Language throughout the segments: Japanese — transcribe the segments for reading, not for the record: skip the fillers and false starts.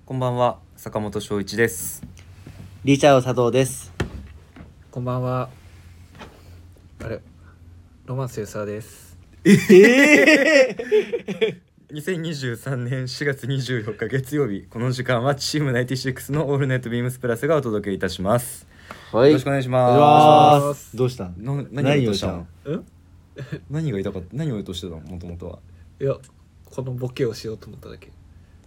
こんばんは、坂本翔一です。 リチャード佐藤です。 こんばんは。あれ、ロマンス吉沢です。 2023年4月24日月曜日、この時間はチーム96のオールネットビームスプラスがお届けいたします。 はい、 よろしくお願いしお願いしま。 ますす。どうしたん？ 何をしたの？ うん何が言いたかった？何を言おうとしてたの？もともとは。 いや、このボケをしようと思っただけ。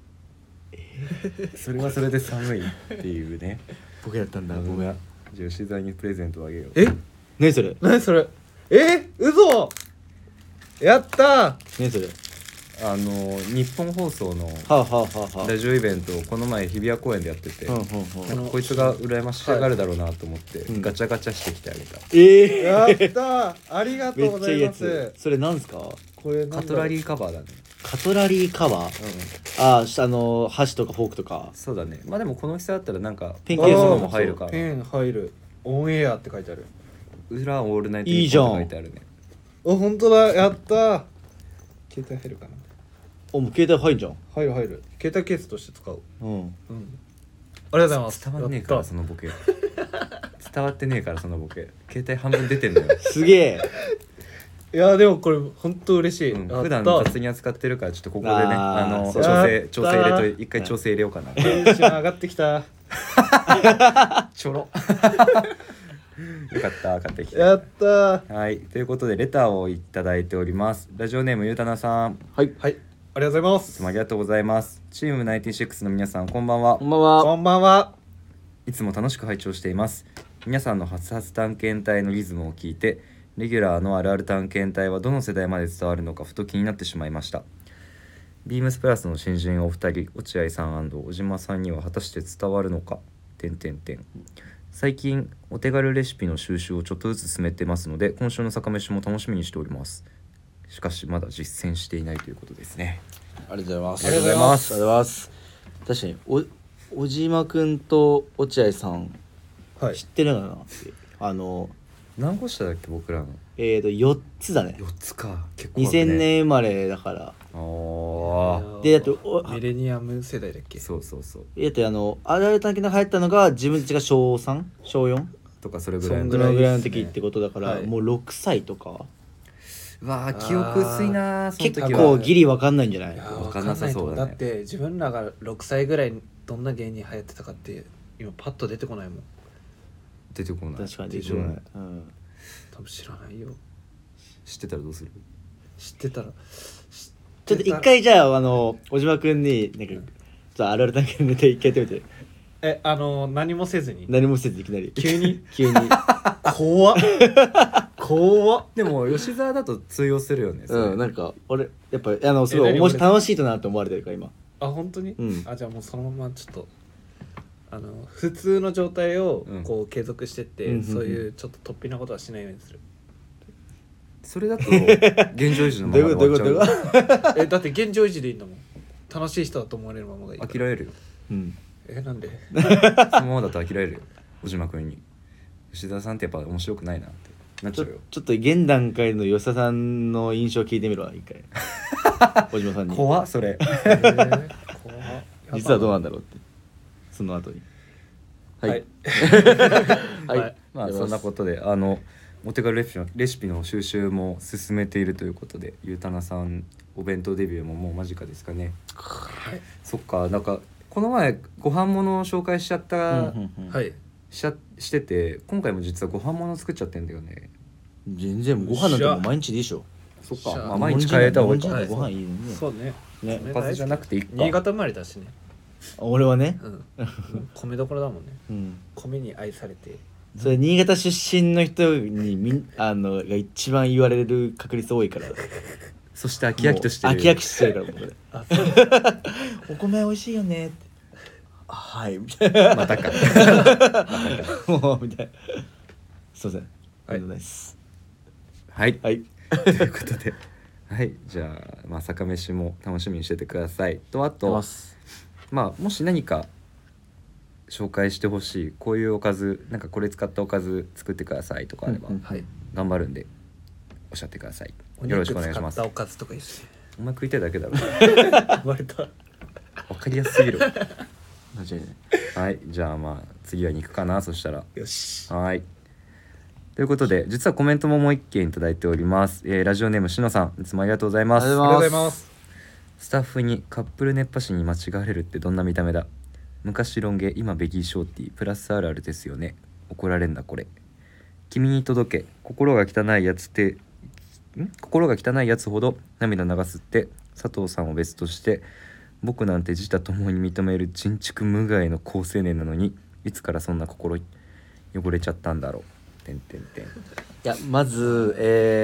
それはそれで寒いっていうね。 僕やったんだ。 ごめん。じゃあ吉沢にプレゼントをあげよう。 え、 何それ？ 何それ？嘘。やった何それ？ 日本放送のはあはあはあはあ。 ラジオイベントをこの前日比谷公園でやってて、 うんうんうん。 なんかこいつが羨ましがるだろうなと思ってうんガチャガチャしてきてあげた。 やったありがとめうございまっちゃいいやつす。。 それなんすか？ これカトラリー。 ーカバーだね。 カトラリーカバー。箸とかフォークとか。 そうだね。まあでもこの大きさだったらなんかペンケースとかも入るから。 ペン入る。オンエアって書いてある。 裏オールナイトいいじゃんニッポンって書いてあるね。 本当だ。やった携帯入るかな。 お、もう携帯入んじゃん。 入る。携帯ケースとして使う。 うん。 うん。ありがとうございます。 伝わんねえからやっそのボケ。伝わってねえからそのボケ。携帯半分出てんのよ。 すげえ。 た。いやでもこれ本当嬉しい。 うん、 やった普段雑に扱ってるからちょっとここでねそう調整入れと一回調整入れようかな。 テンション上がってきた。 ちょろ。よかった買ってきて。 やったー。 はい、ということでレターをいただいております。ラジオネームゆうたなさん、 はい。 はい、ありがとうございまいつす。 もありがとうございます。チーム96の皆さんこんばんは。 こんばんは。 こんばんは。 いつも楽しく拝聴しています。皆さんの初々探検隊のリズムを聞いて、レギュラーのあるある探検隊はどの世代まで伝わるのかふと気になってしまいました。ビームスプラスの新人お二人、落合さん小島さんには果たして伝わるのか。最近お手軽レシピの収集をちょっとずつ進めてますので、今週の酒飯も楽しみにしております。しかしまだ実践していないということですね。 ありがとうございます。 ありがとうございます。 ありがとうございます。確かに小島くんと落合さんはい知ってるのかなって。 何個下だっけ僕らの。 4つだね。 4つか。結構あるね。 2000年生まれだから。 ああ。 でだってミレニアム世代だっけ。 そうだってあるある探検が流行ったのが自分たちが小 3？ 小 4？ とかそれぐらいのぐらいの時ってことだから、 はいもう6歳とかうわー記憶薄いなー。その結時は構ギリわかんないんじゃない？ いやわかんなさそうだねだって自分らが6歳ぐらいどんな芸人流行ってたかって今パッと出てこないもん。 出てこない。 確かに出てこない、 多分知らないよ。 知ってたらどうする？ 知ってたらちょっと一回じゃあ小島くんになんかちょっとあるある探検ネタ一回やってみて。 何もせずに何もせずいきなり急に急に怖っ。 でも吉沢だと通用するよね。それなんか俺やっぱすごい何楽しいとなって思われてるから今。 本当に、 うんじゃあもうそのままちょっと普通の状態をうんこう継続してって、 うんそういうちょっと突飛なことはしないようにする。 それだと現状維持のままで終わっちゃうよ。 だって現状維持でいいんだもん。楽しい人だと思われるままがいいから。 諦めるよ。 うんなんでそのままだと諦めるよ。小島君に吉沢さんってやっぱ面白くないなってなっちゃうよ。 ちょっと現段階の吉田さんの印象聞いてみろ一回小島さんに怖っそれ。 怖っ実はどうなんだろうってその後にはいはいまあそんなことでお手軽レシピの収集も進めているということで、ゆうたなさんお弁当デビューももう間近ですかね。 はいそっか。なんかこの前ご飯物を紹介しちゃった、 はいしてて、今回も実はご飯物作っちゃってんだよね。 全然ご飯なんてもう毎日でいいでしょ。 そっか。 しゃあまあ毎日変えた方がいいか。 日本人はご飯いいよね。 そうね。 ねおかずじゃなくていいか。 新潟生まれだしね。 俺はね、 米どころだもんね。 うん、 米に愛されて。 それ新潟出身の人にが一番言われる確率多いからそして飽き飽きとしてる。 飽き飽きしてるから僕であ、そうお米美味しいよねってはいみたいなまたか。 もうみたいなすいませんありがとうございますはい。 はいということで、はい。じゃあまあ酒飯も楽しみにしててください。とあとまあもし何か紹介してほしいこういうおかずなんかこれ使ったおかず作ってくださいとかあれば、 はい。 頑張るんでおっしゃってください。 およろ肉しくお願いします使った。おかずとかいいですね。 お前食いたいだけだろ。 生まれた。 わかりやすすぎる。 間違いないはい、じゃあまあ次は肉かな。そしたらよし。 はい。ということで実はコメントももう一件いただいております。ラジオネームしのさん、いつもありがとうございます。 ありがありがとうございます。 スタッフにカップル熱波師に間違われるってどんな見た目だ。昔ロン毛今ベギーショーティープラスあるあるですよね。怒られんなこれ。君に届け。心が汚いやつって心が汚いやつほど涙流すって佐藤さんを別として、僕なんて自他ともに認める人畜無害の好青年なのに、いつからそんな心汚れちゃったんだろう。てんてんてん。 いやまず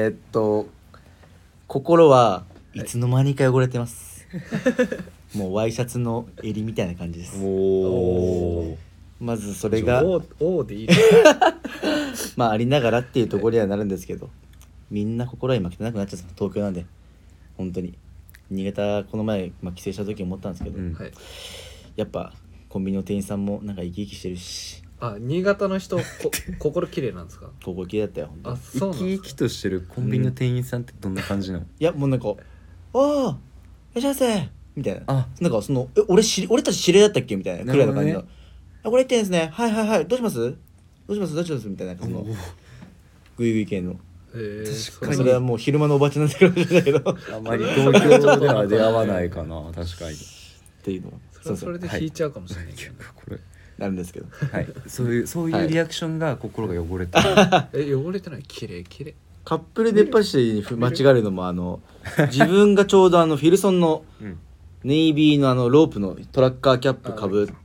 心はいつの間にか汚れてますもうワイシャツの襟みたいな感じです。 おまずそれがおでいい。 まあありながらっていうところにはなるんですけど、みんな心は今汚くなっちゃった。東京なんで本当に。新潟この前、帰省した時思ったんですけど、 うんはい。 やっぱコンビニの店員さんもなんか生き生きしてるし、 あ、新潟の人心綺麗なんですか。 ここ綺麗だったよ本当あ、 に。 そうなんですか。 生き生きとしてるコンビニの店員さんってどんな感じなの？ いやもうなんか「おーいらっしゃいませ」みたいな。 あ、 なんかその「俺たち知り合いだったっけ?」みたいなくらいの感じのなるほどね 「これ言ってんですね、はいはいはい、どうしますどうしますどうします」みたいな、そのグイグイ系の。 確かにそれはもう昼間のおばちゃんになってくるんだけどっあまり東京では出会わないかな。確かに。 ていうのそれはそれで引いちゃうかもしれないけどね。 これなるんですけど、 はい、そういうはいリアクションが心が汚れてる。 汚れてない。綺麗綺麗。 カップル熱波師に間違えるのも自分がちょうどフィルソンのうんネイビーのロープのトラッカーキャップかぶって、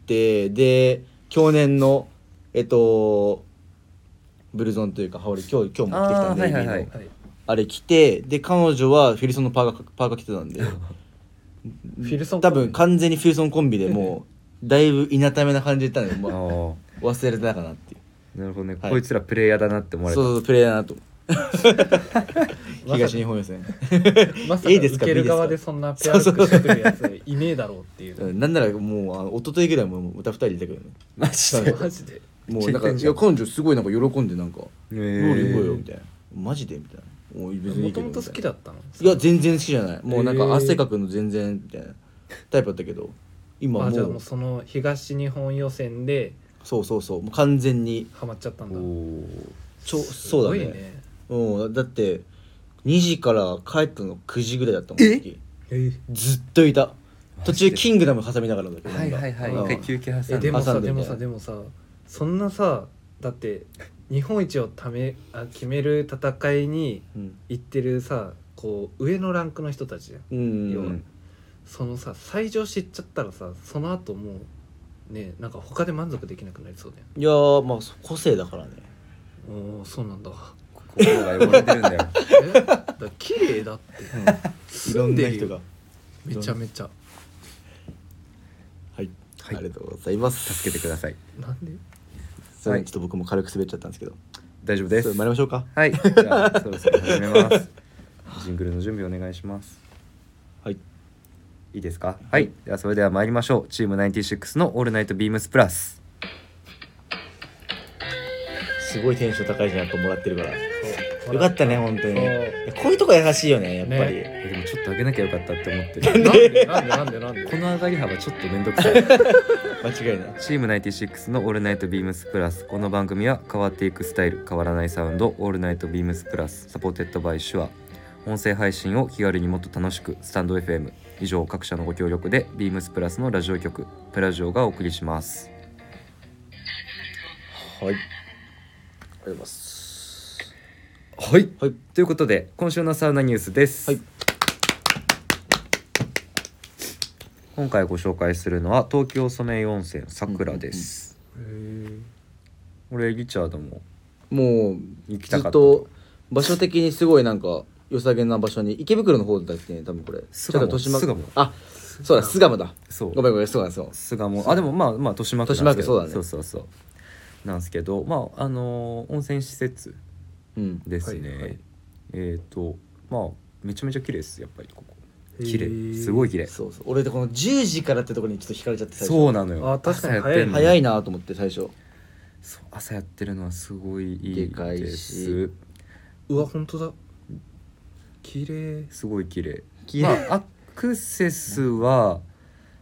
で去年のブルゾンというか羽織今日持ってきたネイビーのはいはいはい。 あれ着て、で彼女はフィルソンのパーカー着てたんでフィルソン多分完全にフィルソンコンビでもうだいぶいなためな感じで言ったんで、 あもーう忘れてたかなっていう。 なるほどね、 はいこいつらプレイヤーだなって思われた。 そうプレイヤーだなと東日本予選まさかいいですか受ける側でそんなペアルックしてくるやついねえだろうっていう。 なんならもう一昨日ぐらいも歌2人いたけどね。 マジで。 マジで。 もうなんかいめっちゃ言ってんじゃんや彼女すごいなんか喜んでなんか「 えロール行こうよ」みたいな「マジで?」みたいな「もう別にいいけど」 もともと好きだったの。 いや全然好きじゃない。もうなんか汗かくの全然みたいなタイプだったけど、今もあ、じゃあもううその東日本予選でそうもう完全にハマっちゃったんだ。 おそうだね。 すごいね。 うん、だって2時から帰ったの9時ぐらいだったもん。時ずっといた。途中キングダム挟みながらだけど、 はいはいはい、 うん一回休憩挟んで。 でも挟んでみたいなでもさそんなさ、だって日本一を決める戦いにうん行ってるさ、こう上のランクの人たちじゃん。 うん要はうんそのさ最上知っちゃったらさ、その後もうね、なんか他で満足できなくなりそうだよ。 いやーまあ個性だからね。 おお、そうなんだ。 心が汚れてるんだよ。 だから綺麗だっていろんな人が。 めちゃめちゃ。 はい、 はいありがとうございます。 助けてください。 なんで。 はいちょっと僕も軽く滑っちゃったんですけど、 大丈夫です。 そう参りましょうか。 はい、じゃあそろそろ始めます。ジングルの準備お願いします。 はい、 いいですか？はい。ではそれでは参りましょう。チーム96のオールナイトビームスプラス。 すごいテンション高いじゃん、やっぱもらってるから。 そうよかったね本当に。 そういやこういうとこ優しいよねやっぱり。 ねでもちょっと上げなきゃよかったって思ってる。 なんでこの上がり幅ちょっとめんどくさい。 間違いない。 チーム96のオールナイトビームスプラス。この番組は変わっていくスタイル、変わらないサウンド、オールナイトビームスプラス、サポーテッドバイシュア。音声配信を気軽にもっと楽しく、スタンド FM。以上各社のご協力でビームスプラスのラジオ局プラジオがお送りします。 はい、ありがとうございます。 はい、 はい、 ということで今週のサウナニュースです、 はい、 今回ご紹介するのは東京ソメイヨ温泉さくらです、俺リチャードももうず行きたかったっと場所的にすごいなんか良さげな場所に、池袋の方だっけね多分これ。 巣鴨豊島巣鴨あ、そうだ巣鴨だ。 そうごめんそう巣鴨、あでもまあ豊島区なんですけど、 豊島区そうだねそうなんですけど、まあ温泉施設うん。 ですね、 はいはいまあめちゃめちゃ綺麗ですやっぱりここへー綺麗すごい綺麗そう俺でこの10時からってところにちょっと惹かれちゃって最初。 そうなのよ。 あ確かに朝やってんの早いなと思って最初。 そう朝やってるのはすごいいいでかいでしす。 うわ本当だ。綺麗。 すごい綺麗。 綺麗まあアクセスは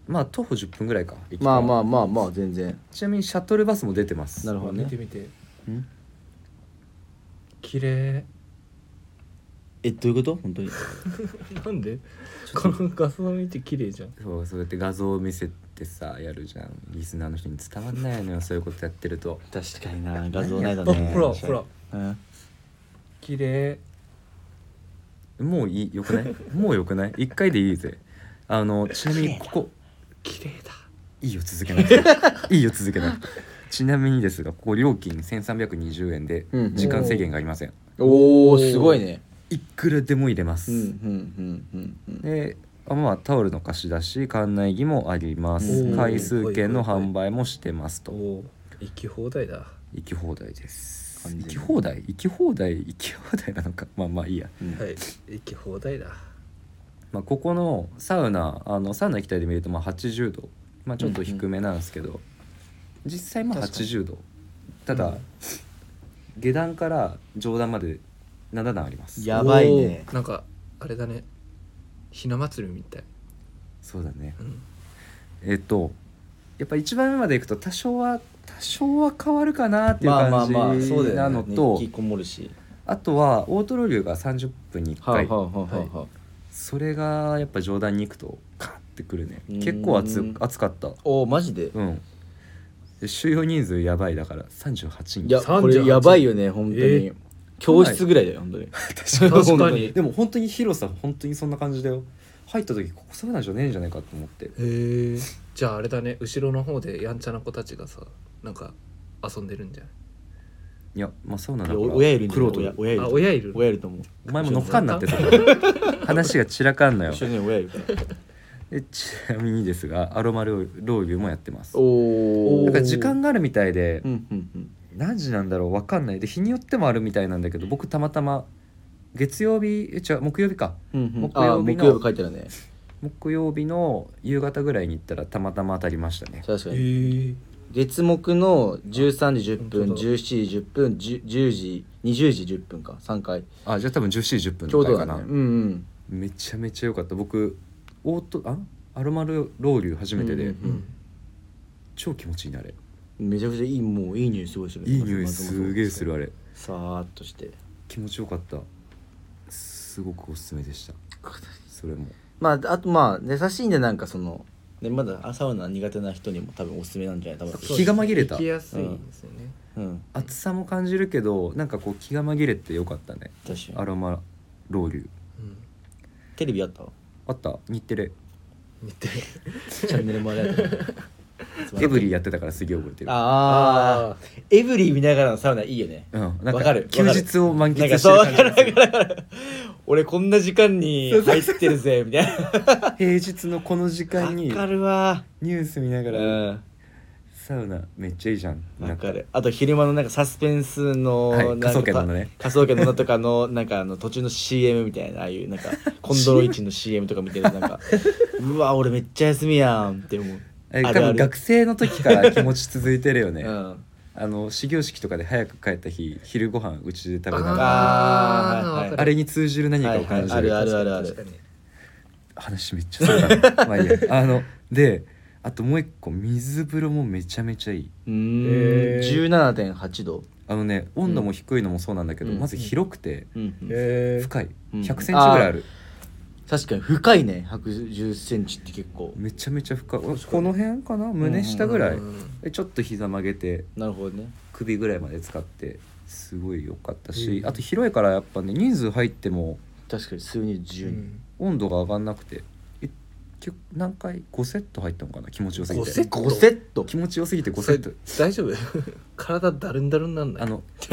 まあ徒歩10分ぐらいか。駅からまあまあまあまあ全然。 ちなみにシャトルバスも出てます。 なるほどね見てみて。 ん綺麗。 どういうこと本当に。 なんでこの画像見て綺麗じゃん。 そうやって画像を見せてさやるじゃん。リスナーの人に伝わんないのよそういうことやってると。 確かにな、画像ないだあね。 ほらほらうん。 綺麗。 もういいよくないもうよくない一回でいいぜ。ちなみにここ綺麗だ。 いいよ続けなくていいよ続けなくて。ちなみにですがここ料金1320円でうん時間制限がありません。 おおすごいね。 いくらでも入れます。 うんうんうんうんでまあタオルの貸し出し館内着もあります。 うん回数券の販売もしてますと。 おお行き放題だ。 行き放題です。 完全に行き放題行き放題なのか。まあまあいいや。 うん。 はい行き放題だ。 まあ、ここのサウナサウナ行きたいで見るとまあ80度、まあ、ちょっと低めなんですけど、実際まあ80度ただ、下段から上段まで7段あります。 やばいねおーなんかあれだね。ひな祭りみたい。 そうだね。 うんやっぱ一番上まで行くと多少は変わるかなっていうまあまあ感まあそうだじなよね。 のと、 引きこもるし。 あとはオートロウリュが30分に1回、 はあはあはあはあはあ。 それがやっぱ上段に行くとカッてくるね。 うん結構暑かった。 おおマジで。 うんで収容人数やばいだから38人。 いや 38 これやばいよね本当に。教室ぐらいだよ本当に。 確かに。 でも本当に広さ本当にそんな感じだよ。入った時ここサウナじゃねえんじゃないかと思って。 へえ。じゃああれだね。後ろの方でやんちゃな子たちがさなんか遊んでるんじゃない。 いやまあサウナだから親いるんだよクロート親いる。 あ親いる。 親いると思う。 お前も乗っかんなってそこ話が散らかんなよ。 一緒に親いるから。 でちなみにですがアロマロウリュもやってます。 おお。 なんか時間があるみたいで、 うんうんうん。 何時なんだろうわかんない。で日によってもあるみたいなんだけど僕たまたま月曜日木曜日かうんうん。 木曜日の木曜日書いてあるね。 木曜日の夕方ぐらいに行ったらたまたま当たりましたね。 確かに。 へえ。 月木の13時10分本当だ 17時10分10時20時10分か3回あじゃあ多分17時10分共とかかな、 同だねうんめちゃめちゃ良かった。僕アロマロウリュ初めてで、 うんうんうん超気持ちいいねあれ。 めちゃくちゃいいもういい匂いすごいするいい匂いすげえするあれ。 さーっとして気持ちよかった。すごくおすすめでしたそれも。 まああとまあ優しいんでなんかそのねまだサウナ苦手な人にも多分おすすめなんじゃない多分気が紛れた行きやすいですよね。 うん暑さも感じるけどなんかこう気が紛れてよかったね。 確かにアロマロウリュうん。 テレビあったあった日テレ見て。 チャンネルもあれやったエブリィやってたからすげえ覚えてる。 あエブリィ見ながらのサウナいいよねうん、なんわかる休日を満なんか喫してる感じがする。 わかる俺こんな時間に入ってるぜみたいな平日のこの時間にわかるわニュース見ながうらんサウナめっちゃいいじゃん。 わかるあと昼間のなんかサスペンスのはいなんか科捜研のね科捜研のとかのなんか途中の CM みたいなああいうなんかコンドロイチンの CM とか見てるなんかうわ俺めっちゃ休みやんって思う多分学生の時から気持ち続いてるよね。 うん始業式とかで早く帰った日昼ご飯うちで食べながらあーはいはいあれに通じる何かを感じる、 はいはいあるある確かに。 話めっちゃそうだなまあいいやであともう一個水風呂もめちゃめちゃいい。 うーん17.8度温度も低いのもそうなんだけど、 うんまず広くてうんうんへえ。 深い、 うん 100センチぐらいある。 確かに深いね110センチって結構めちゃめちゃ深い。この辺かな胸下ぐらい、 うんでちょっと膝曲げてなるほどね首ぐらいまで使ってすごい良かったし、 うんあと広いからやっぱね人数入っても確かに数人10人うん温度が上がんなくて何回5セット入ったのかな。気持ちよすぎ 5セてット 5セット気持ちよすぎて5 それセット大丈夫体だるんだるんなんない。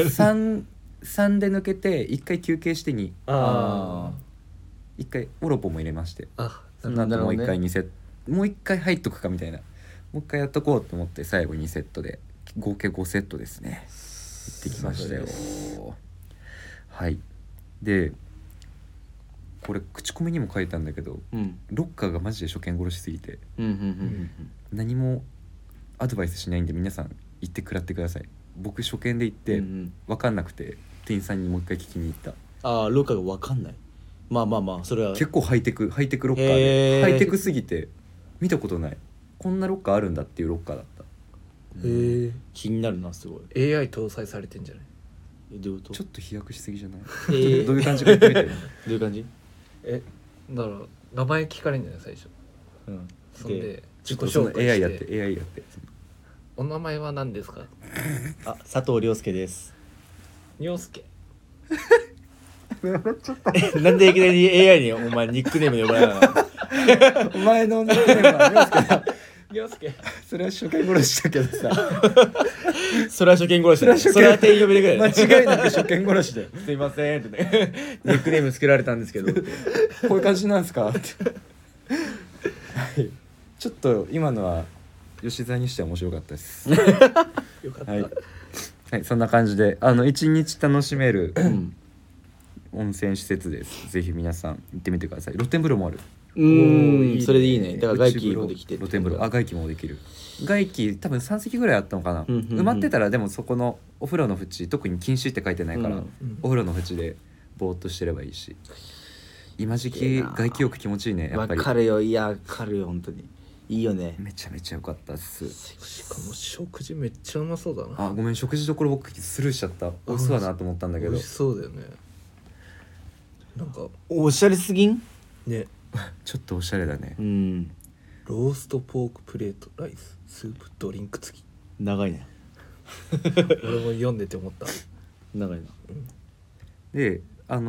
3で抜けて1回休憩してにあ 1回オロポも入れまして、 あその後もう1 なるほどね回2セット、もう1回入っとくかみたいな、もう1回やっとこうと思って最後2セットで合計5セットですね行ってきましたよ。はいでこれ口コミにも書いたんだけどうんロッカーがマジで初見殺しすぎてうんうんうん何もアドバイスしないんで皆さん行って食らってください。僕初見で行ってうんうん分かんなくて店員さんにもう一回聞きに行った。 ああロッカーが分かんないまあまあまあそれは結構ハイテクロッカーへーでハイテクすぎて見たことない。こんなロッカーあるんだっていうロッカーだった。 へえ。 気になるなすごい。 AI 搭載されてんじゃない？ どういうこと？ ちょっと飛躍しすぎじゃない？ ーどういう感じか言ってみて。 どういう感じ？ だから名前聞かれるんじゃない最初。 うんそんでちょっとその自己紹介して AI やって AI やってお名前は何ですか？ あ、佐藤亮介です。 陽介。 なんでいきなり AI にお前ニックネームで呼ばれなかった？ お前のニックネームは亮介だ。 陽介。 それは初見殺しだけどさ、 それは初見殺しだね。それは店員呼びでくれ。 間違いなく初見殺しだよ。 すいませんってね。ニックネームつけられたんですけど。 こういう感じなんですかって。はい、ちょっと今のは吉沢にしては面白かったです。 よかった。 はい、はい、そんな感じで一日楽しめる温泉施設です。ぜひ皆さん行ってみてください。露天風呂もある。 それでいいね。だから外気もできて露天風呂、外気もできる。外気多分3席ぐらいあったのかな、埋まってたらでもそこのお風呂の縁特に禁止って書いてないから、お風呂の縁でぼーっとしてればいいし、今時期外気浴気持ちいいね。やっぱりわかるよ。いやわかるよ本当にいいよね。 めちゃめちゃ良かったっす。 しかも食事めっちゃうまそうだな。 あ、ごめん、食事どころ僕スルーしちゃった。美味しそうだなと思ったんだけど、 美味しそうだよね。なんかおしゃれすぎん？ ね、 ちょっとおしゃれだね。 ローストポークプレートライススープドリンク付き。 長いね。 俺も読んでて思った。 長いな。 で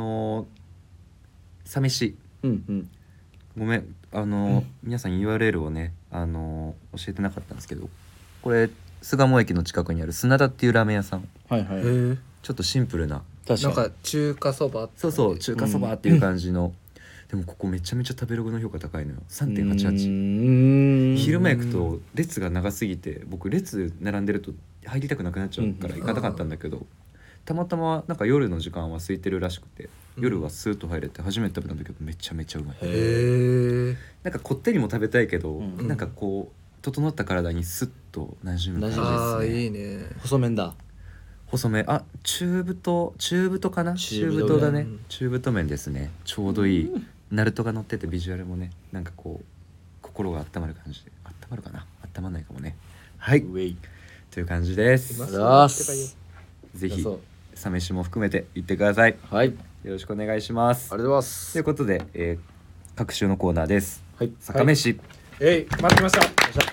サ飯、ごめん皆さん URL をね教えてなかったんですけど、これ巣鴨駅の近くにある砂田っていうラーメン屋さん。 はいはい。 へえ。 ちょっとシンプルな、 確かに。 なんか中華そば。 そうそう中華そばっていう感じの、でもここめちゃめちゃ食べログの評価高いのよ。 3.88。昼間行くと列が長すぎて僕列並んでると入りたくなくなっちゃうから行かなかったんだけど、たまたまなんか夜の時間は空いてるらしくて、夜はスーッと入れて初めて食べたんだけどめちゃめちゃうまい。 へえ。 なんかこってりも食べたいけど、 んなんかこう整った体にスッと馴染む感じですね。 ああいいね。 細麺だ。 細め、あ、中太かな、中中太太だね、 うん中太麺ですね。ちょうどいい、ナルトが乗っててビジュアルもね、なんかこう心が温まる感じで、温まるかな、温まんないかもね。はい、 ウェイ。 という感じです。 今ざーそう言ってぜひそうサ飯も含めて行ってください。 はい。ありよろしくお願いします。 がとうございますという。ことで、各週のコーナーです。 はい。 酒飯、 ばよ。待ってました。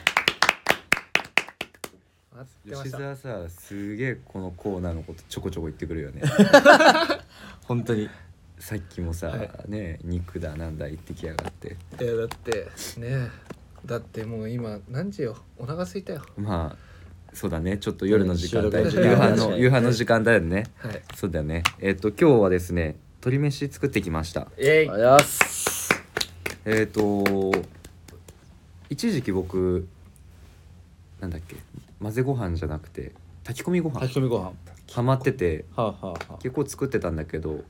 待ってま吉した。 沢さ、すげえこのコーナーのことちょこちょこ言ってくるよね。 本当に。 さっきもさ、 はいね、肉だなんだ言ってきやがって。 いやだってね、だってもう今何時よ、お腹空いたよ。 まあそうだね、ちょっと夜の時間帯、 収録の時間夕飯確かにの夕飯の時間だよね。 はい。 そうだよね。今日はですね、鶏飯作ってきました。 えい。 ありがとうございます。 一時期僕なんだっけ、混ぜご飯じゃなくて炊き込みご飯炊き込みご飯。 ハマっててはあはあはあ。 結構作ってたんだけど、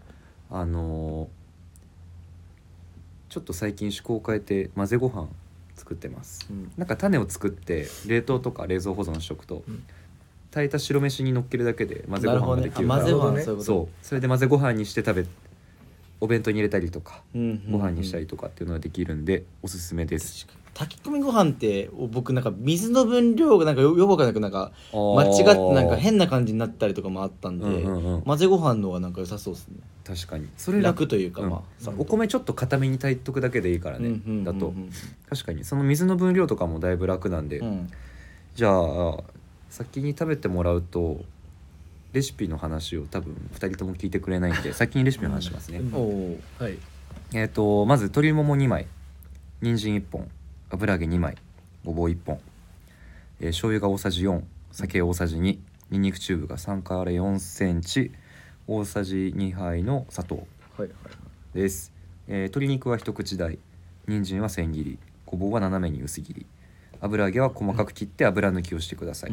ちょっと最近趣向を変えて混ぜご飯作ってます。なんか種を作って冷凍とか冷蔵保存しとくと、炊いた白飯に乗っけるだけで混ぜご飯ができるから、 混ぜご飯なるほどねそういうこと。 そう、それで混ぜご飯にしてお弁当に入れたりとか、 うんご飯にしたりとかっていうのができるんでおすすめです。 炊き込みご飯って僕なんか水の分量がなんかよくわかんなくなんか間違ってなんか変な感じになったりとかもあったんで、混ぜご飯の方がなんか良さそうですね。 確かにそれ楽というか、 うんまあお米ちょっと固めに炊いとくだけでいいからね、だと確かにその水の分量とかもだいぶ楽なんで、じゃあ先に食べてもらうとレシピの話を多分2人とも聞いてくれないんで先にレシピの話しますね。 おお。 はい。 まず鶏もも2枚、人参1本、油揚げ2枚、ごぼう1本、醤油が大さじ4、酒大さじ2、にんにくチューブが3から4センチ、大さじ2杯の砂糖はいはいです。鶏肉は一口大、人参は千切り、ごぼうは斜めに薄切り、油揚げは細かく切って油抜きをしてください。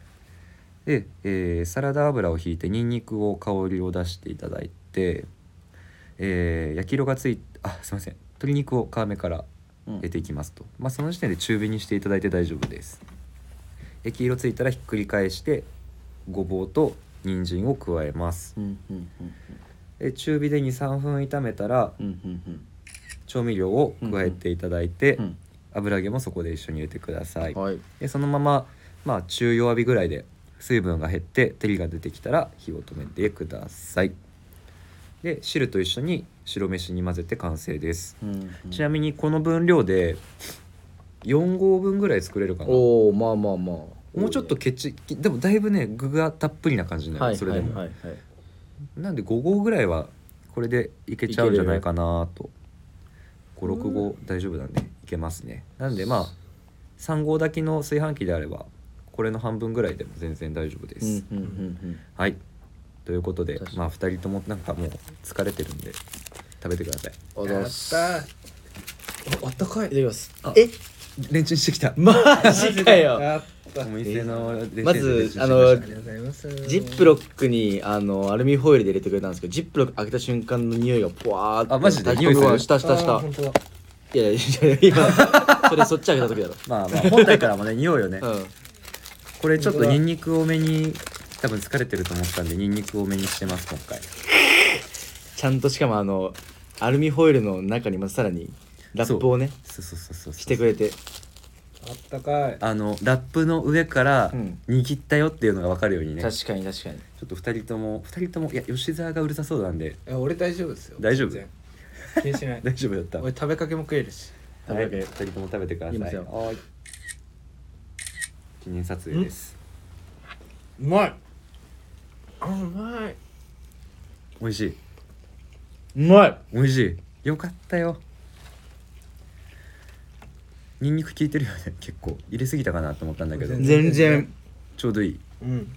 で、サラダ油をひいてにんにくを香りを出していただいて、焼き色がついすいません、鶏肉を皮目から入れていきますと、その時点で中火にしていただいて大丈夫です。焼き色ついたらひっくり返してごぼうと人参を加えます。で中火で 2,3 分炒めたら調味料を加えていただいて、 油揚げもそこで一緒に入れてください。 はい。 でそのまま中弱火ぐらいで水分が減って照りが出てきたら火を止めてください。で汁と一緒に白飯に混ぜて完成です。ちなみにこの分量で4合分ぐらい作れるかな。 おお、まあまあまあ。 もうちょっとでもだいぶね具がたっぷりな感じになる、 はいそれでも、 はいはいはい。 なんで5合ぐらいはこれでいけちゃうんじゃないかなと。56合大丈夫なんでいけますね。なんで3合炊きの炊飯器であればこれの半分ぐらいでも全然大丈夫です、 うんうんうんはい。ということで確かに 2人ともなんかもう疲れてるんで食べてください。 うん。 やったー。あったかい。 いただきます。 あえ、 レンチンしてきた。 マジかよ。 やった。 お店のレンチンまずレンチンしてきましたありがとうございます。 ジップロックにアルミホイルで入れてくれたんですけど、ジップロック開けた瞬間の匂いがポワーってあマジで炊き込みご飯匂いするした本当だ。 いやいや今それそっち開けた時だろ。 本体からもね匂うよね、 うん。 これちょっとニンニク多めに多分疲れてると思ったんでニンニク多めにしてます今回。 ちゃんとしかもアルミホイルの中にまたさらにラップをねそうしてくれて、 あったかい。 ラップの上からうん握ったよっていうのが分かるようにね、 確かに確かに。 ちょっと2人ともいや吉沢がうるさそうなんで俺大丈夫ですよ。 大丈夫全然気にしない。 大丈夫だった。 俺食べかけも食えるし。 はい、 食べ 2人とも食べてください。 いきますよはい記念撮影です。 うまい。あ、うまい。 美味しい。 うまい。 美味しい。よかったよ。ニンニク効いてるよね。結構入れすぎたかなと思ったんだけど全然。 ちょうどいい。 うん。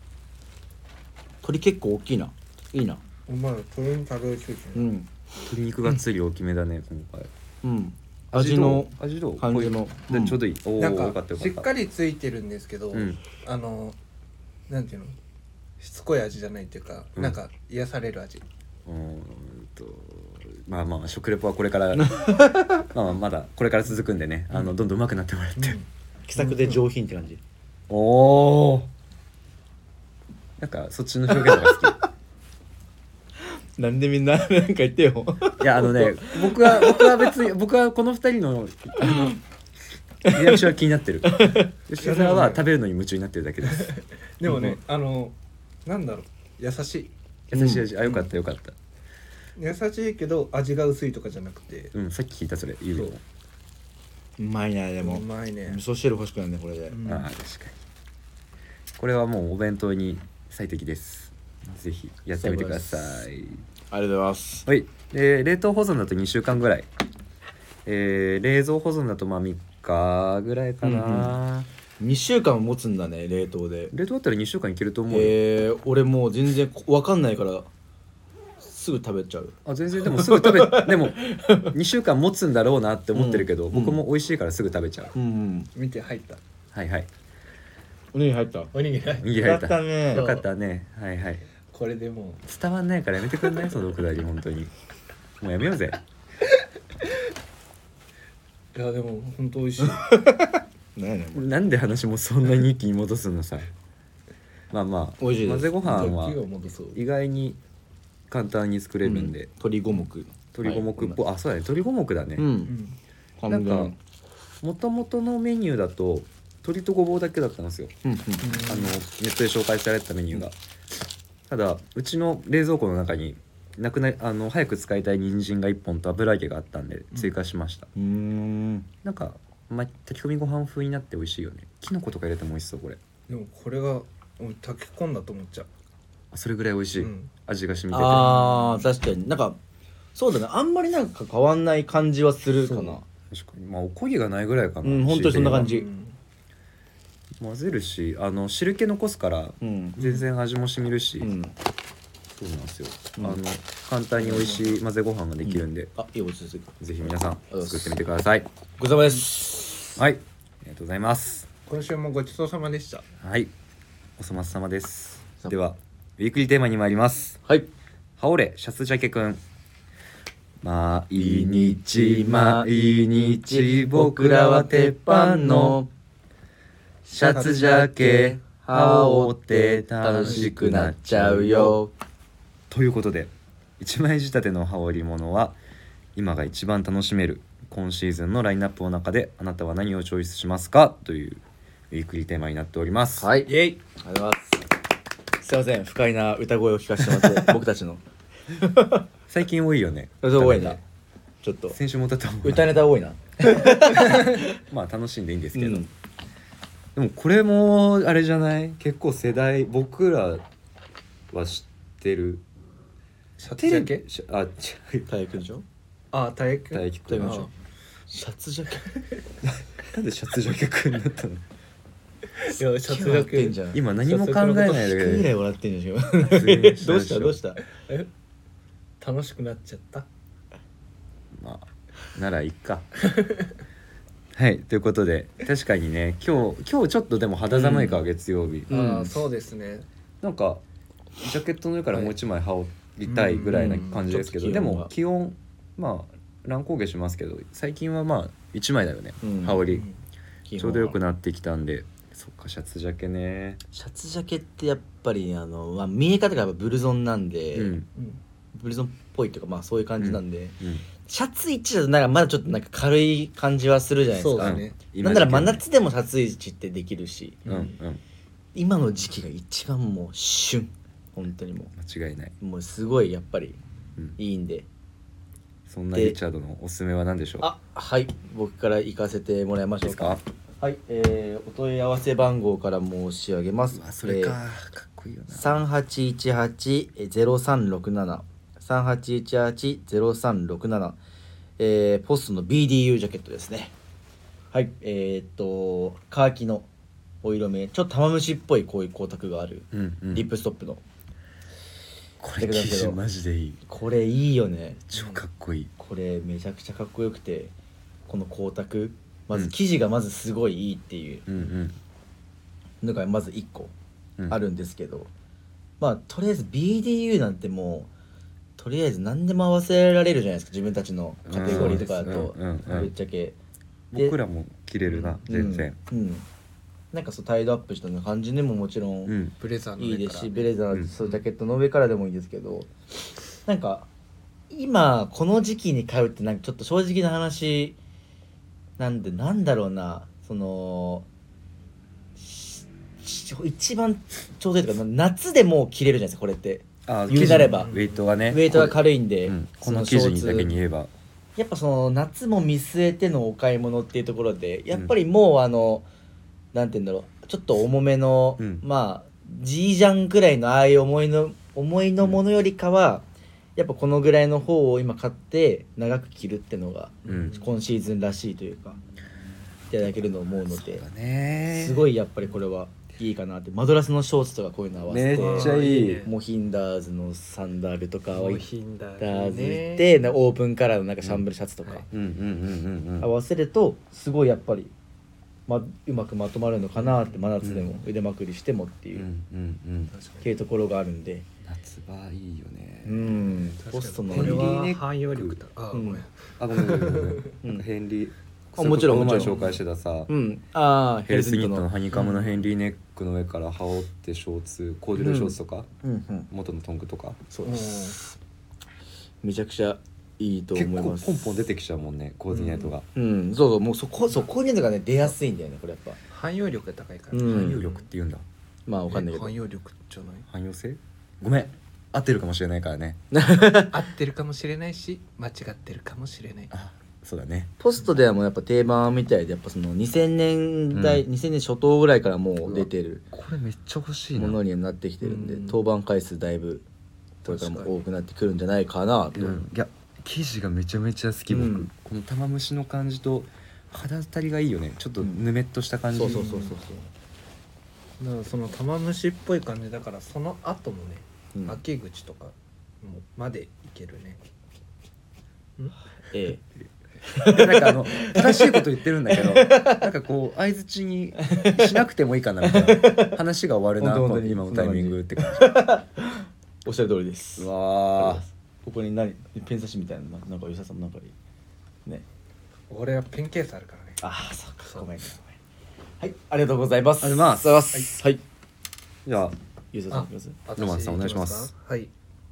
鶏結構大きいな。いいな。 うまい。鶏に食べるし。 うん鶏肉がっつり大きめだね今回。 うん。味の味どう感じもこういうでちょうどいい。おおなんよかったかよかっ。 しったかりついてるんですけど、 うんなんていうの、しつこい味じゃないっていうか、 うんなんか癒される味。 と食レポはこれからまだこれから続くんでね、どんどん上手くなってもらって、 気さくで上品って感じ。 おおなんかそっちの表現の方が好なんでみんななんか言ってよ。 き。いや僕は別に僕はこの二人のリアクションは気になってる。吉沢は食べるのに夢中になってるだけです。 でもね、なんだろう、優しい。 優しい味、あよかったよかった。 優しいけど味が薄いとかじゃなくて、 うんさっき聞いたそれ言うよ。 うまいな。でうもまいね。 味噌汁欲しくなるねこれで。 うんあ確かに。これはもうお弁当に最適です。ぜひやってみてください。 ありがとうございます。 はい。冷凍保存だと2週間ぐらい。冷蔵保存だと3日ぐらいかな。 2週間持つんだね冷凍で。 冷凍だったら2週間いけると思うよ。 俺もう全然わかんないからすぐ食べちゃう。 あ全然でもすぐ食べでも2週間持つんだろうなって思ってるけど、 うん僕も美味しいからすぐ食べちゃう。 うん。 見て入った。 はいはい。 おにぎり入った。 おにぎり入った。 右入った。 ねよかったね。はいはい。 これでも伝わんないからやめてくんないそのくだり本当に。もうやめようぜ。 う、いやでも本当美味しい。 なんやねんこれ。 なんで話もそんなに一気に戻すのさ。まあ美味しいです混ぜご飯は時を戻そう。 意外に簡単に作れるんで、 鶏五目。 鶏五目っぽい、あそうだね鶏五目だね、 う。 うんん。 なんか完全。 もともとのメニューだと鶏とごぼうだけだったんですよ、 うんネットで紹介されてたメニューが、ただうちの冷蔵庫の中に早く使いたい人参が1本と油揚げがあったんで追加しました、 うん。 なんか炊き込みご飯風になって美味しいよね。キノコとか入れても美味しそうこれ。 でもこれが俺炊き込んだと思っちゃう。 それぐらい美味しい、 うん味が染みてて。 あー確かになんかそうだね、あんまりなんか変わんない感じはするかな。 確かにおこげがないぐらいかな。 うん本当にそんな感じうん混ぜるし汁気残すからうん全然味も染みるし、 うん。 そうなんですよ、 うん簡単に美味しい混ぜご飯ができるんで、 あ、いいおつす。 ぜひ皆さん作ってみてください。 ごちそうさまです。 はい、ありがとうございます。 今週もごちそうさまでした。 はい、お粗末様です。ではウィークリーテーマに参ります。 はい。 羽織れシャツジャケくん。毎日毎日僕らは鉄板のシャツジャケ羽織って楽しくなっちゃうよ。ということで一枚仕立ての羽織物は今が一番楽しめる今シーズンのラインナップの中であなたは何をチョイスしますかというウィークリーテーマになっております。 はい、 イエイ。 ありがとうございます。すいません、不快な歌声を聞かせてもらって僕たちの最近多いよね。 歌多いな。ちょっと先週も歌ったもん歌ネタ多いな。 まあ楽しんでいいんですけど、 うん、 でもこれもあれじゃない？結構世代僕らは知ってる。 シャツジャケ。 あ、違う。 体育でしょ。 あ、体育。 大輝くん体育でしょ。シャツジャケ。 なんでシャツジャケくんになったの？ いやシャツジャ笑ってんケ。 じゃん。 今何も考えないだけ低いぐらいで笑ってんじゃん。 普通にどうしたどうした。 楽しくなっちゃった。 まあならいっかはいということで確かにね今日ちょっとでも肌寒いから、月曜日、 うんああ、そうですね。 なんかジャケットの上からもう一枚羽織りたいぐらいな感じですけど、でうんちょっと気温がも気温まあ乱高下しますけど最近はまあ1枚だよね、 うん羽織り基本はちょうどよくなってきたんで、そっかシャツジャケね。 シャツジャケってやっぱりまあ、見え方がやっぱブルゾンなんで、 うんうんブルゾンっぽいというかまあそういう感じなんで、 うんシャツ1だとなんかまだちょっとなんか軽い感じはするじゃないですか。 そうだね。 なんなら真夏でもシャツ1ってできるし、 うんうん今の時期が一番もう旬、本当にも間違いない、 うもうすごいやっぱりうん、 いいんで。 そんなリチャードのおすすめは何でしょう？ あ、はい、僕から行かせてもらいましょうか。 いいですか？ はい、お問い合わせ番号から申し上げます。 それか、かっこいいよな。 3818-0367 3818-0367、ポストの BDU ジャケットですね。はい、カーキのお色目、ちょっと玉虫っぽいこういう光沢がある、 うんうん、 リップストップのこれ生地マジでいい。 これいいよね。 超かっこいい。 これめちゃくちゃかっこよくて、この光沢まずうん生地がまずすごいいいっていううんのがまず1個うんあるんですけど、まあとりあえず BDU なんてもうとりあえず何でも合わせられるじゃないですか、自分たちのカテゴリーとかだと、 うんうんうんぶっちゃけで僕らも着れるな、全然。 うんなんかそうタイドアップした感じでももちろうんんブレザーのいい上からですし、ベレーザー、 うんそうジャケットの上からでもいいんですけど、なんか今この時期に買うってなんかちょっと正直な話なんで、なんだろうな、その一番ちょうどいいというか、夏でもう着れるじゃないですかこれって。 あ言うなればウェイトはね、 ウェイトが軽いんで、 うん、こその生地にだショーツけに言えばやっぱその夏も見据えてのお買い物っていうところでやっぱりもうなんて言うんだろう、ちょっと重めの、 うんまあジージャンくらいのああいう思いのものよりかは、やっぱこのぐらいの方を今買って長く着るってのが、 うん今シーズンらしいというかいただけると思うので、 だねすごいやっぱりこれはいいかなって。マドラスのショーツとかこういうの合わせて、 めっちゃいいねモヒンダーズのサンダルとかモをヒンダダーズねでオープンカラーのなんかシャンブルシャツとか、 はいうんうんうんうん合わせるとすごいやっぱり、うまくまとまるのかなって、真夏でも腕まくりしてもっていう、 うんうんうん確かっていうところがあるんで、 夏場いいよね、 うんにポストのこれはヘンリーネック汎用力だ。あ、ごうんめん。 あごめんごめんごめんうんなんかヘンリーあもちろんこの前もちろん紹介してたさ、 うんああヘルスニットののハニカムのヘンリーネックの上から羽織ってショーツコーデュロイショーツとか、 うんうん元のトンクとかそうですめちゃくちゃいいと結構思います。 ポンポン出てきちゃうもんねコーディネートが、 うんそうそう、もうそこういうのがね出やすいんだよねこれやっぱ。 汎用力が高いから。 うん汎用力って言うんだ。 まあわかんないけど汎用力じゃない。 汎用性ごめん合ってるかもしれないからね。 合ってるかもしれないし間違ってるかもしれない。 あそうだね。 ポストではもうやっぱ定番みたいで、やっぱその2000年代、 うん 2000年初頭ぐらいからもう出てるこれめっちゃ欲しいな。 ものにはなってきてるんで、 うん登板回数だいぶこれからも多くなってくるんじゃないかなと、 うんいや生地がめちゃめちゃ好き僕、 うんこの玉虫の感じと肌当たりがいいよね。ちょっとぬめっとした感じ、 そうそうそうそうだからその玉虫っぽい感じだからその後もね、 うん秋口とかもまでいけるね。 えなんか正しいこと言ってるんだけどなんかこう相づちにしなくてもいいかなみたいな話が終わるな本当本当に今のタイミングって感えおっしゃる通りです。 じ。うわここにペン差しみたいななんか吉田さんなんかね。 俺はペンケースあるからね。 ああそうかごめんごめん。はいありがとうございます。 ありがとうございますありがとうございます。はいじゃあ吉田さんいきます。 ロマンさんお願いします。 はい。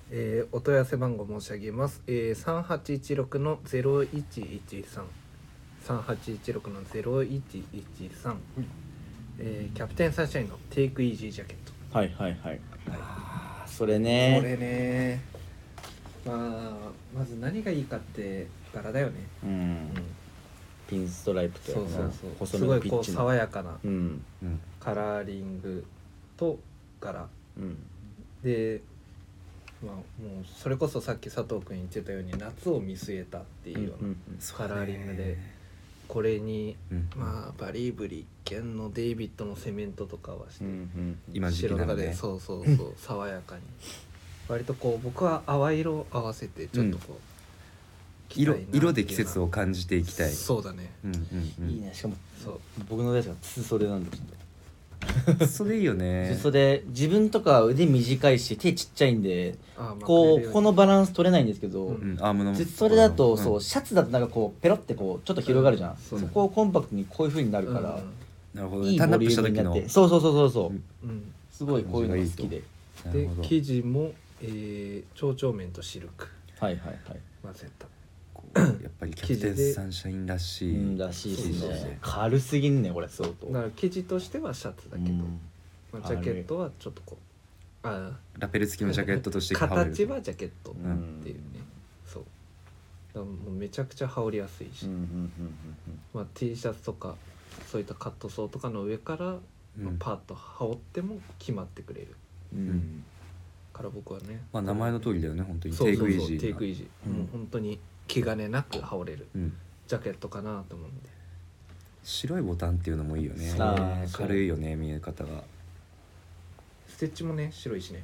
お問い合わせ番号申し上げます。3816の0113 3816の0113、キャプテンサンシャインのテイクイージージャケット。 はいはいはい。あーそれこね。 れね、まず何がいいかって柄だよね。 うん。ピンストライプとそうそうそう。 細すごいこうめのピッチの。 爽やかなうんうんカラーリングと柄うんで、もうそれこそさっき佐藤君言ってたように夏を見据えたっていうようなカラーリングで、これにうんバリーブリッケンのデイビッドのセメントとかはして、 今時期白とかでなのでそう爽やかに割とこう僕は淡い色合わせてちょっとこう、 色で季節を感じていきたい。 そうだね。 うんうんうん。 いいね。しかもそう僕のやつが筒袖なんですよ。 それいいよね。 筒袖、自分とか腕短いし手ちっちゃいんで、 まあこうくれるよこのバランス取れないんですけど、 うんアームの。 それだと、 んそうシャツだとなんかこうペロってこうちょっと広がるじゃん、 そうそこをコンパクトにこういう風になるから、 なるほどね。 いいボターンアップリュームになっした時の。 てそうそう、 うんすごいこういうのが好きで。 でなるほど。 生地も、蝶々面とシルクはいはいはい混ぜた。 こうやっぱりキャプテンサンシャインらしい。 うんらしいですそうそうそうね。軽すぎんねこれ相当。 だから生地としてはシャツだけど、 うんジャケットはちょっとこうラペル付きのジャケットとして羽織れる形はジャケットってうんいうね、そうだからもうめちゃくちゃ羽織りやすいし、T シャツとかそういったカットソーとかの上から、パッと羽織っても決まってくれるうんから僕はね、 まあ名前の通りだよね本当に。 そうそうそうテイクイージーな。 テイクイージー、もう本当に気兼ねなく羽織れるうん。 ジャケットかなと思うんで、 白いボタンっていうのもいいよね。 そう軽いよね見え方が。 ステッチもね白いしね。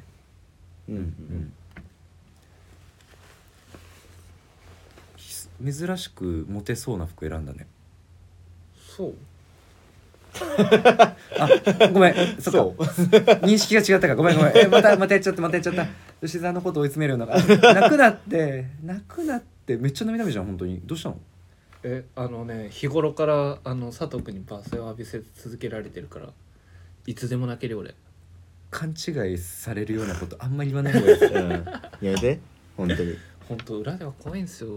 珍しくモテそうな服選んだね。 そうあ、ごめん、そっか。認識が違ったか、ごめん。またやっちゃった。吉沢のこと追い詰めるのがなくなってめっちゃ涙目じゃん本当に。どうしたの？ 日頃から佐藤君に罵声を浴びせ続けられてるからいつでも泣けるよ俺。 勘違いされるようなことあんまり言わない方がいいです。 やめて本当に。 本当裏では怖いんですよ。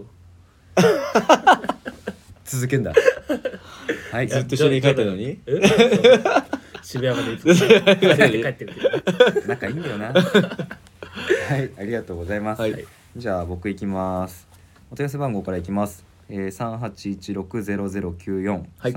続けんだ。はい。 ずっと一緒に帰ったのに。 渋谷までいつも帰ってるけど。 仲いいんだよな。はい、ありがとうございます。 はいじゃあ僕行きます。お問い合わせ番号からいきます。38160094、 はい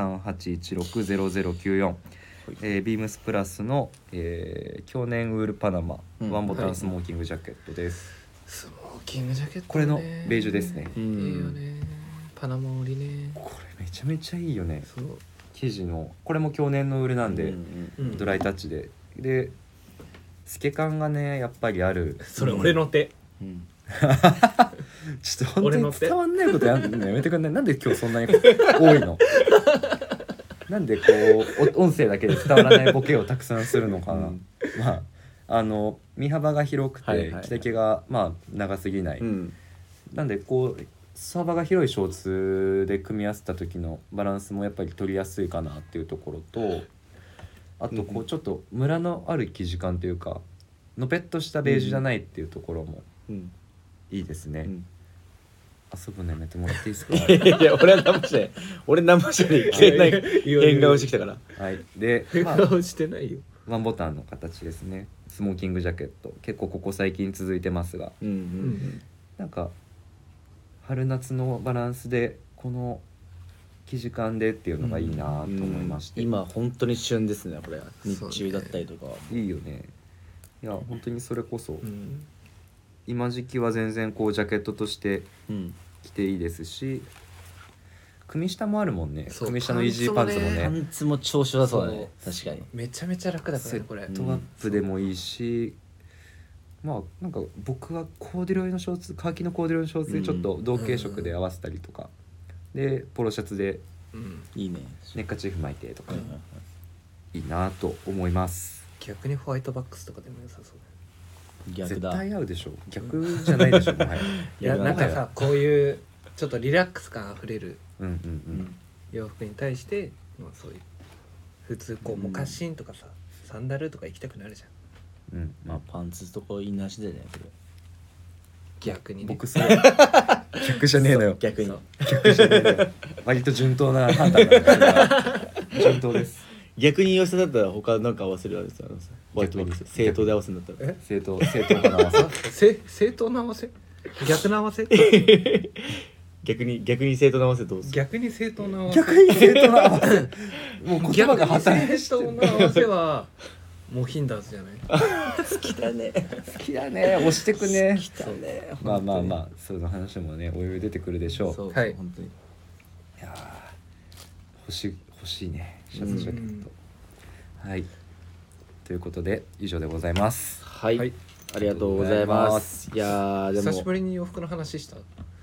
38160094。ビームスプラスの、去年ウールパナマ、 うんワンボタンスモーキングジャケットです。 スモーキングジャケットね。 これのベージュですね。 うんいいよね。パナマ織りね。 これめちゃめちゃいいよね。 そう。 生地のこれも去年のウールなんで、 うんドライタッチで透け感がねやっぱりある。 それ俺の手。 うんちょっと本当に俺の手伝わんないことやんのやめてくんない。なんで今日そんなに多いの？なんでこう音声だけで伝わらないボケをたくさんするのかな。 うんまあ身幅が広くて、 はいはいはい着丈がまあ長すぎない、 うんなんでこう裾幅が広いショーツで組み合わせた時のバランスもやっぱり取りやすいかなっていうところと、あとこうちょっとムラのある生地感というかのぺっとしたベージュじゃないっていうところもうんいいですね。 うん遊ぶのやめてもらっていいですか？ いや俺は何もしてない。俺何もしてない。嫌いな変顔してきたから。 はい。で、まあ、 顔してないよ。 ワンボタンの形ですね。スモーキングジャケット結構ここ最近続いてますが、 うんなんか春夏のバランスでこの生地感でっていうのがいいなと思いまして、 今本当に旬ですねこれ。日中だったりとか。 いいよね。いや本当にそれこそ、 うん。 今時期は全然こうジャケットとしてうん。 着ていいですし、組下もあるもんね。 そう組下のイージーパンツもパねパンツも調子だそうだね。確かに。 めちゃめちゃ楽だからセねこれ。 ットアップでもいいし、まあなんか僕はコーデュロイのショーツ、カーキのコーデュロイのショーツでちょっと同系色で合わせたりとか、でポロシャツでうん。 いいね。 ネッカチーフ巻いてとか、 はいはいはいいいなと思います。 逆にホワイトバックスとかでも良さそう逆だ。 絶対合うでしょ。逆じゃないでしょ。もはや。 だね。いやなんかさこういうちょっとリラックス感あふれるうんうんう。 うんん。 洋服に対して、まあ、そういう普通こうモカシンとかさ、サンダルとか行きたくなるじゃん。 うん、 まあパンツとこインナーしてたねこれ。 逆にね。 僕それ逆じゃねえのよ。 逆にそう逆じゃねえのよ。割と順当な判断だから順当です。 逆に吉田だったら他なんか合わせるあれですよホワイトボックス正当で合わせるんだったら正当派な合わせ。 正当な合わせ？逆な合わせ？ 逆に正当な合わせどうする逆に正当な合わせ。 逆に正当な合わせ。もう言葉が働いて正当な合わせはモヒンダーズじゃない？ 好きだね好きだね。押してくね。 好きだねまあまあまあその話もねおいおい出てくるでしょう。 そうはい本当にいや欲しいねシャツジャケット。はい。ということで以上でございます。 はい、 はいありがとうございますいやーで久しもぶりに洋服の話した。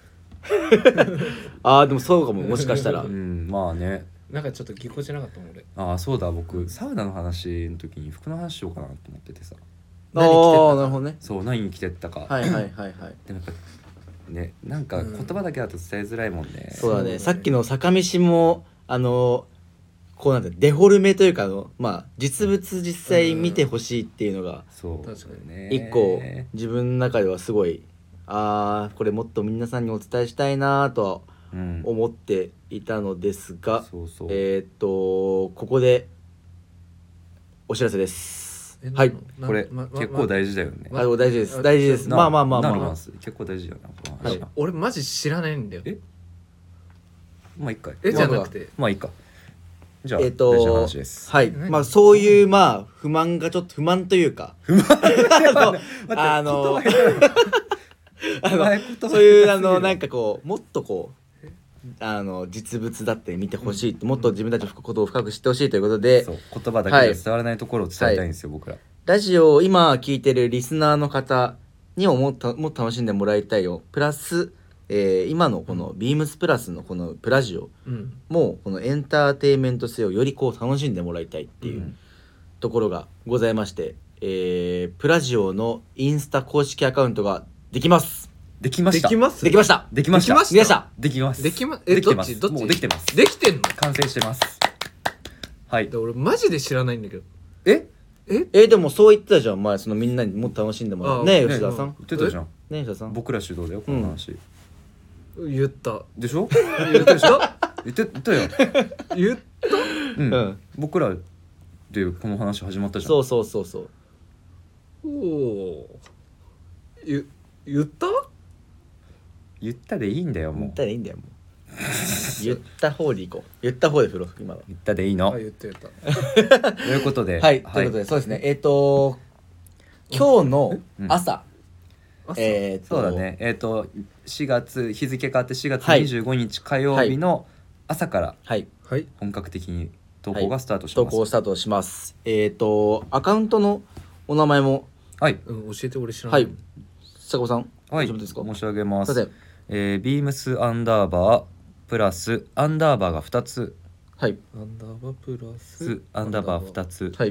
でもそうかももしかしたらうんまあね。 なんかちょっとぎこちなかったもん俺。 ああそうだ僕サウナの話の時に服の話しようかなと思っててさ。 何着てったかなるほどねそう何着てったか。 はいはいはいはいでもやっぱねなんか言葉だけだと伝えづらいもんね。 そうだねそうだねさっきの坂道もこうなんてデフォルメというかまあ実物実際見てほしいっていうのがそう確かにね。 一個自分の中ではすごいこれもっと皆さんにお伝えしたいなとはうん思っていたのですがそうそう。 ここでお知らせですはいこれ結構大事だよね。 大事です大事ですなまあまあまあまあなロマンス結構大事だよなこの話な。 俺マジ知らないんだよ。 えまあいいか。 じゃなくて。 まあいいか。じゃあ大事な話です。 はい何まあそういうまあ不満がちょっと不満というか待って言葉下手だお前言葉そういう下手すぎるなんかこうもっとこう実物だって見てほしい、もっと自分たちのことを深く知ってほしいということで、 そう言葉だけで伝わらないところを伝えたいんですよ、僕ら。 ラジオを今聞いてるリスナーの方にももっと楽しんでもらいたいよプラス、今のこのビームスプラスのこのプラジオうん。 もこのエンターテインメント性をよりこう楽しんでもらいたいっていうところがございまして、プラジオのインスタ公式アカウントができますできました。 できます。 できましたできました。 できましたできましたできます。 できまできてます。 どっちもうできてます。 できてんの？ 完成してます。はいで。俺マジで知らないんだけど。 ええ？ でもそう言ってたじゃん前そのみんなにもっと楽しんでもらうあねえね吉田さん言ってたじゃん。 ねえ吉田さん僕ら主導だよこの話。 言った。 でしょ？ 言ったでしょ？ 言ったよ。 言っうんうん僕らでこの話始まったじゃん。 そうそうそうそうおお。言った？ 言ったでいいんだよ言もう。 ったらいいんだよもう言った方でいこう言った方で振ろう今は言ったでいいの。 あ、言った。 ということで。 はい、ということでそうですね今日の朝、 朝そうだね。4月日付変わって4月はい 25日火曜日の朝からはいはい。 本格的に投稿がスタートし投ます。 稿スタートしますアカウントのお名前もはいうん、教えて俺知らな。 はいい坂本さんはい大丈夫ですか申し上げますす。 いまビームスアンダーバープラスアンダーバーが2つはいアンダーバープラスアンダーバー2つはい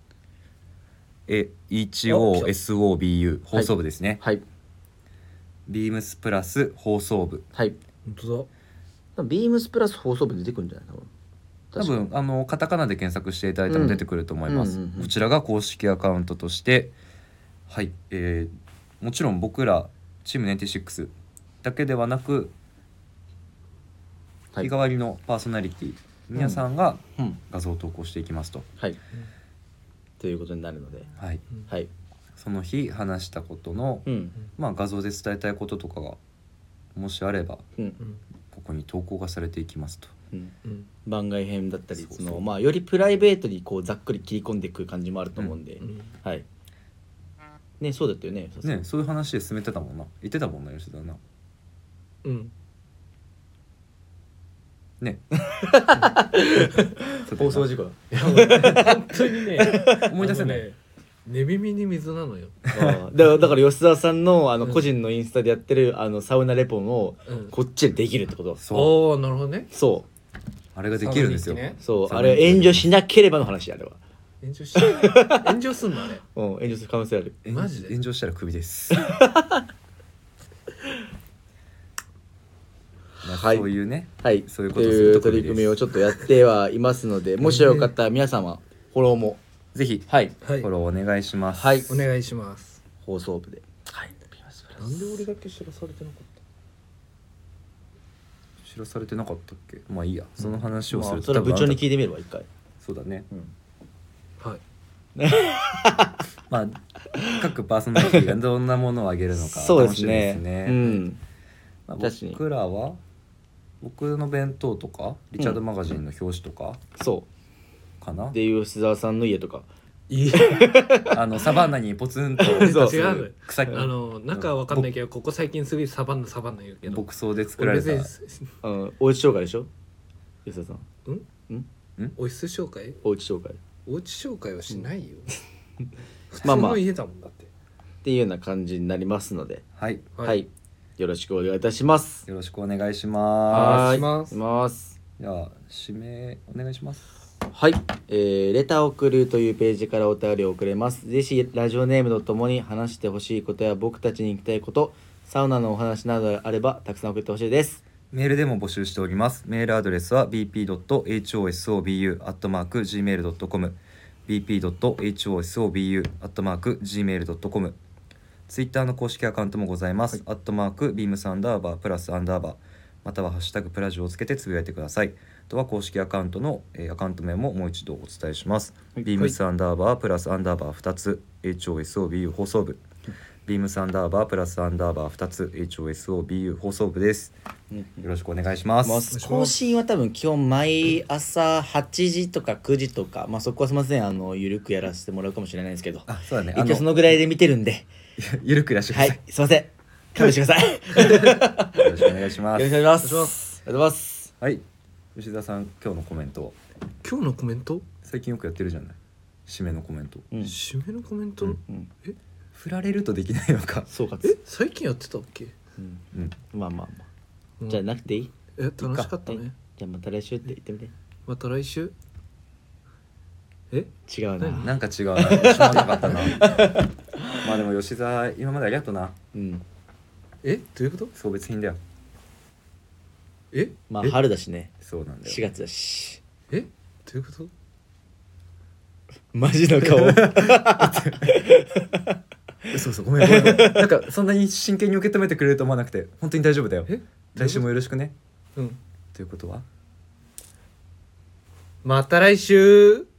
HOSOBU 放送部ですね。 はいビームスプラス放送部。 はい本当だ。 ビームスプラス放送部で出てくるんじゃないかな多分カタカナで検索していただいたら出てくると思います。 うんうんうんうんこちらが公式アカウントとしてはい、もちろん僕らチーム96だけではなく、 はい日替わりのパーソナリティ皆さんがうん画像を投稿していきますと、 はいということになるのではい、 はいその日話したことの、 うん画像で伝えたいこととかがもしあればうんうんここに投稿がされていきますと。 うんうん番外編だったりそうそうよりプライベートにこうざっくり切り込んでいく感じもあると思うんで、 うん。 はいねそうだったよねね、そういう話で進めてたもんな。言ってたもんな吉田な。 うん。 ね。 放送事故だいや本当にね。 思い出せない。 あのね。寝耳に水なのよ。 だから吉沢さんの個人のインスタでやってるサウナレポンをうん。 こっちでできるってことそうああ、なるほどね。 そあれができるんですよ。 サウナに行ってねそうあサウナにれ炎上しなければの話あれは炎上し炎上すんのあれ。 炎上する可能性あるマジで炎上したらクビです。 はいそういうね。 はいそういうこととするという取り組みをちょっとやってはいますのでもしよかったら皆様フォローもぜひはいはいフォ。ローお願いします。 はいお願いします。 放送部ではいなんで俺だけ知らされてなかっ知らされてなかったっけ。まあいいや、その話をすまあ、 ると、 それは部長に聞いいてみれば一回。 そうだね。 た。はい。 まあ各パーソナリティがどんなものをあげるのかそうです楽しみですね。 ね。 うん。 まあ、 確かに僕らは僕の弁当とかリチャードマガジンの表紙とかそかな、 う。で吉沢さんの家とか。 いい。 サバンナにポツンとそう立つ違う草なんかわかんないけど、ここ最近すごいサバンナ言うけど。 牧草で作られた俺別におうち紹介でしょ吉沢さん。 お室紹介？ おうち紹介。 おうち紹介はしないよ。普まあまあ通の家だもんだって。 っていうような感じになりますので、 はい、 はい、よろしくお願いいたします。 よろしくお願いしまはーい、 お願いしますお願いします。 す。では指名お願いします。 はい、レターを送るというページからお便りを送れます。ぜひラジオネームとともに話してほしいことや僕たちに聞きたいこと、サウナのお話などあればたくさん送ってほしいです。 メールでも募集しております。メールアドレスは bp.hosobu@gmail.com bp.hosobu@gmail.com。 ツイッターの公式アカウントもございます。@beams_+_ またはハッシュタグプラジオをつけてつぶやいてください。あとは公式アカウントの、アカウント名ももう一度お伝えします。beams_+2 つ hosobu 放送部、beams_+2 つ hosobu 放送部です。よろしくお願いします。 更新は多分基本毎朝8時とか9時とか、まあそこはすみません、ゆるくやらせてもらうかもしれないんですけど、 あ、そうだね。 一応そのぐらいで見てるんで、 ゆるくいらっしゃはいい、すいません、勘弁してください。よよろしくお願いします。 ろしくお願いします。ありがとうございます。 はい、吉田さん、今日のコメント。 今日のコメント？ 最近よくやってるじゃない。締めのコメント。 うん、 締めのコメント？ うんうん、 振られるとできないのか。 そうかえ、最近やってたっけ？ うん、 うん。 まあまあまあ、 うんじゃあなくていい？ 楽しかったね。 じゃあまた来週って言ってみて。 また来週？え？ 違うな。 何なんか違うな。しまなかったな。まあでも吉沢、今までありがとうな。 うん、 え？どういうこと？ 送別品だよ。 え？ まあ春だしね、 そうなんだよ。 4月だし。 え？どういうこと？ マジの顔。 そうそう、ごめんごめんごめん。なんかそんなに真剣に受け止めてくれると思わなくて本当に大丈夫だよ。 え？ 来週もよろしくね。 うん。 ということはまた来週。